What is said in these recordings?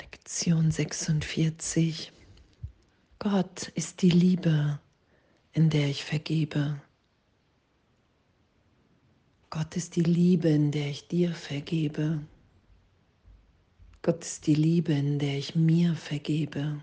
Lektion 46. Gott ist die Liebe, in der ich vergebe. Gott ist die Liebe, in der ich dir vergebe. Gott ist die Liebe, in der ich mir vergebe.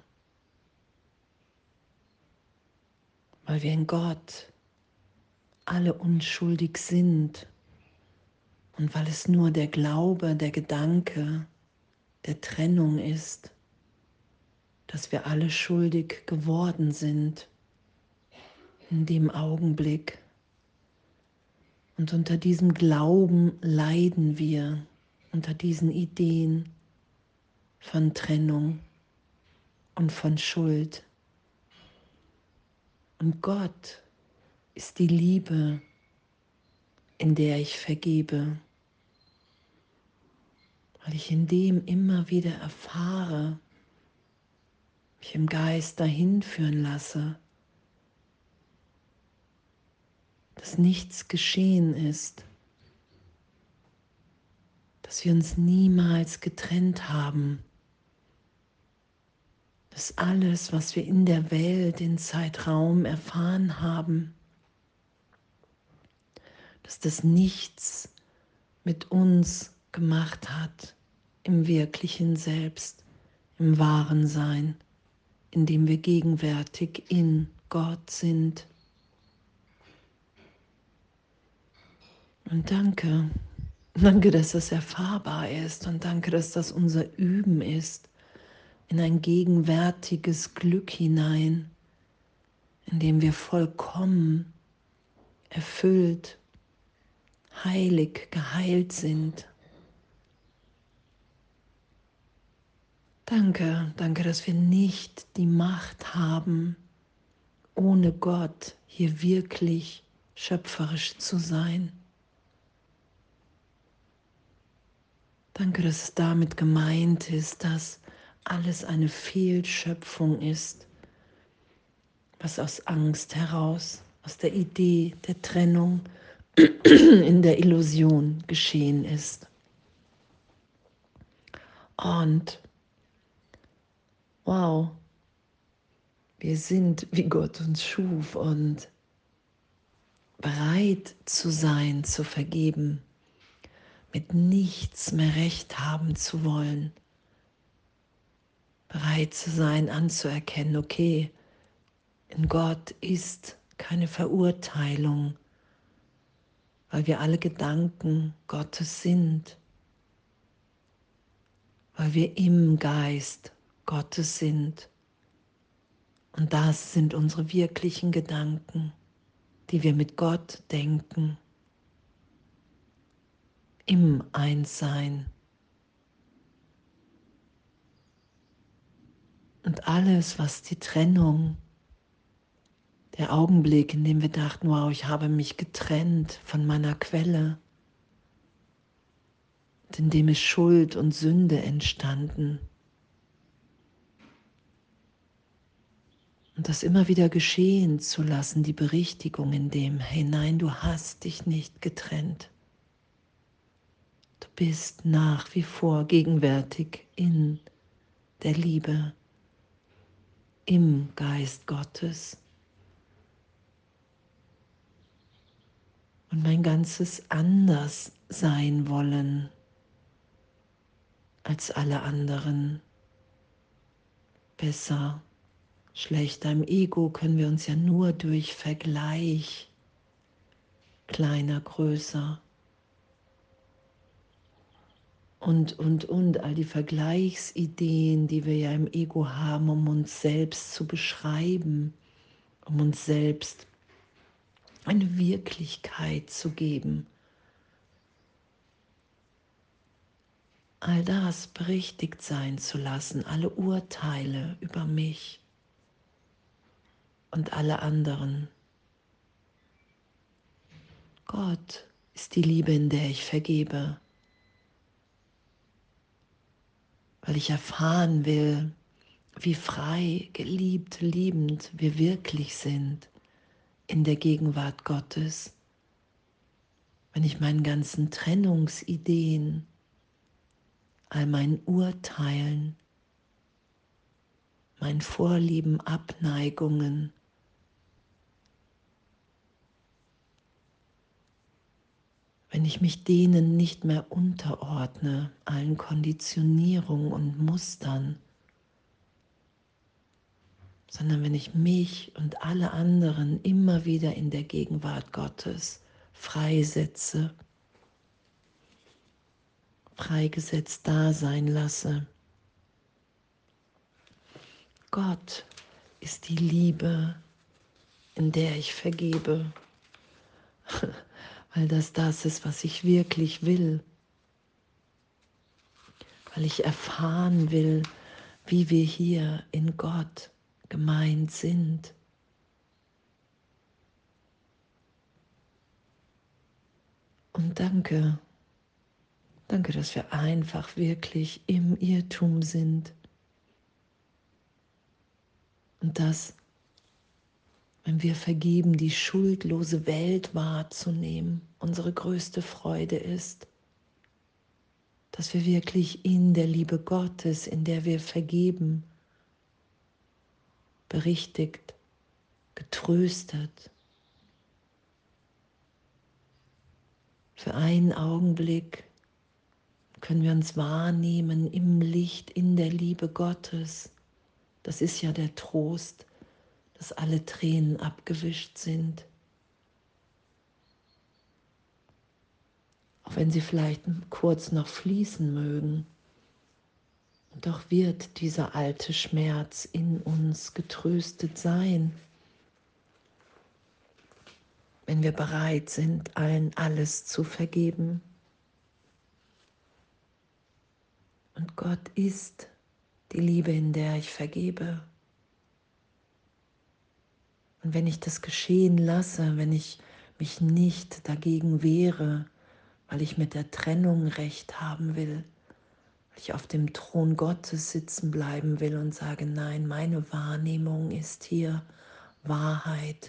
Weil wir in Gott alle unschuldig sind und weil es nur der Glaube, der Gedanke der Trennung ist, dass wir alle schuldig geworden sind in dem Augenblick. Und unter diesem Glauben leiden wir, unter diesen Ideen von Trennung und von Schuld. Und Gott ist die Liebe, in der ich vergebe, weil ich in dem immer wieder erfahre, mich im Geist dahin führen lasse, dass nichts geschehen ist, dass wir uns niemals getrennt haben, dass alles, was wir in der Welt, in Zeitraum erfahren haben, dass das nichts mit uns gemacht hat im wirklichen Selbst, im wahren Sein, in dem wir gegenwärtig in Gott sind. Und danke, dass das erfahrbar ist und danke, dass das unser Üben ist, in ein gegenwärtiges Glück hinein, in dem wir vollkommen erfüllt, heilig, geheilt sind. Danke, dass wir nicht die Macht haben, ohne Gott hier wirklich schöpferisch zu sein. Danke, dass es damit gemeint ist, dass alles eine Fehlschöpfung ist, was aus Angst heraus, aus der Idee der Trennung in der Illusion geschehen ist. Und wow, wir sind, wie Gott uns schuf und bereit zu sein, zu vergeben, mit nichts mehr recht haben zu wollen, bereit zu sein, anzuerkennen, okay, in Gott ist keine Verurteilung, weil wir alle Gedanken Gottes sind, weil wir im Geist Gottes sind. Und das sind unsere wirklichen Gedanken, die wir mit Gott denken, im Einssein. Und alles, was die Trennung, der Augenblick, in dem wir dachten, wow, ich habe mich getrennt von meiner Quelle, und in dem ist Schuld und Sünde entstanden. Und das immer wieder geschehen zu lassen, die Berichtigung in dem, hey nein, du hast dich nicht getrennt. Du bist nach wie vor gegenwärtig in der Liebe, im Geist Gottes. Und mein ganzes anders sein wollen als alle anderen, besser, schlechter. Im Ego können wir uns ja nur durch Vergleich, kleiner, größer und all die Vergleichsideen, die wir ja im Ego haben, um uns selbst zu beschreiben, um uns selbst eine Wirklichkeit zu geben. All das berichtigt sein zu lassen, alle Urteile über mich und alle anderen. Gott ist die Liebe, in der ich vergebe, weil ich erfahren will, wie frei, geliebt, liebend wir wirklich sind in der Gegenwart Gottes. Wenn ich meinen ganzen Trennungsideen, all meinen Urteilen meinen Vorlieben, Abneigungen. Wenn ich mich denen nicht mehr unterordne, allen Konditionierungen und Mustern, sondern wenn ich mich und alle anderen immer wieder in der Gegenwart Gottes freisetze, freigesetzt da sein lasse. Gott ist die Liebe, in der ich vergebe, weil das ist, was ich wirklich will, weil ich erfahren will, wie wir hier in Gott gemeint sind. Und danke, dass wir einfach wirklich im Irrtum sind und dass, wenn wir vergeben, die schuldlose Welt wahrzunehmen, unsere größte Freude ist, dass wir wirklich in der Liebe Gottes, in der wir vergeben, berichtigt, getröstet, für einen Augenblick können wir uns wahrnehmen im Licht, in der Liebe Gottes. Das ist ja der Trost, dass alle Tränen abgewischt sind. Auch wenn sie vielleicht kurz noch fließen mögen. Und doch wird dieser alte Schmerz in uns getröstet sein, wenn wir bereit sind, allen alles zu vergeben. Und Gott ist die Liebe, in der ich vergebe. Und wenn ich das geschehen lasse, wenn ich mich nicht dagegen wehre, weil ich mit der Trennung recht haben will, weil ich auf dem Thron Gottes sitzen bleiben will und sage, nein, meine Wahrnehmung ist hier Wahrheit.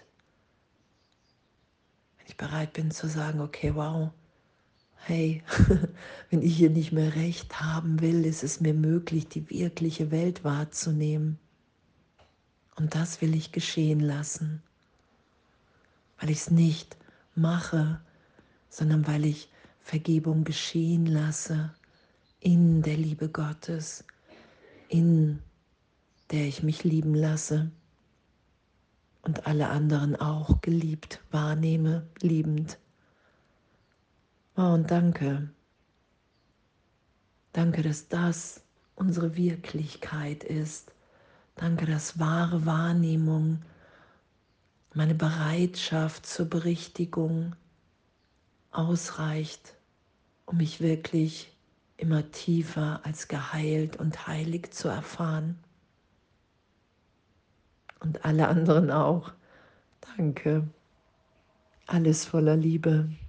Wenn ich bereit bin zu sagen, okay, wow, hey, wenn ich hier nicht mehr recht haben will, ist es mir möglich, die wirkliche Welt wahrzunehmen. Und das will ich geschehen lassen, weil ich es nicht mache, sondern weil ich Vergebung geschehen lasse in der Liebe Gottes, in der ich mich lieben lasse und alle anderen auch geliebt wahrnehme, liebend. Oh, und danke, dass das unsere Wirklichkeit ist. Danke, dass wahre Wahrnehmung, meine Bereitschaft zur Berichtigung ausreicht, um mich wirklich immer tiefer als geheilt und heilig zu erfahren. Und alle anderen auch. Danke. Alles voller Liebe.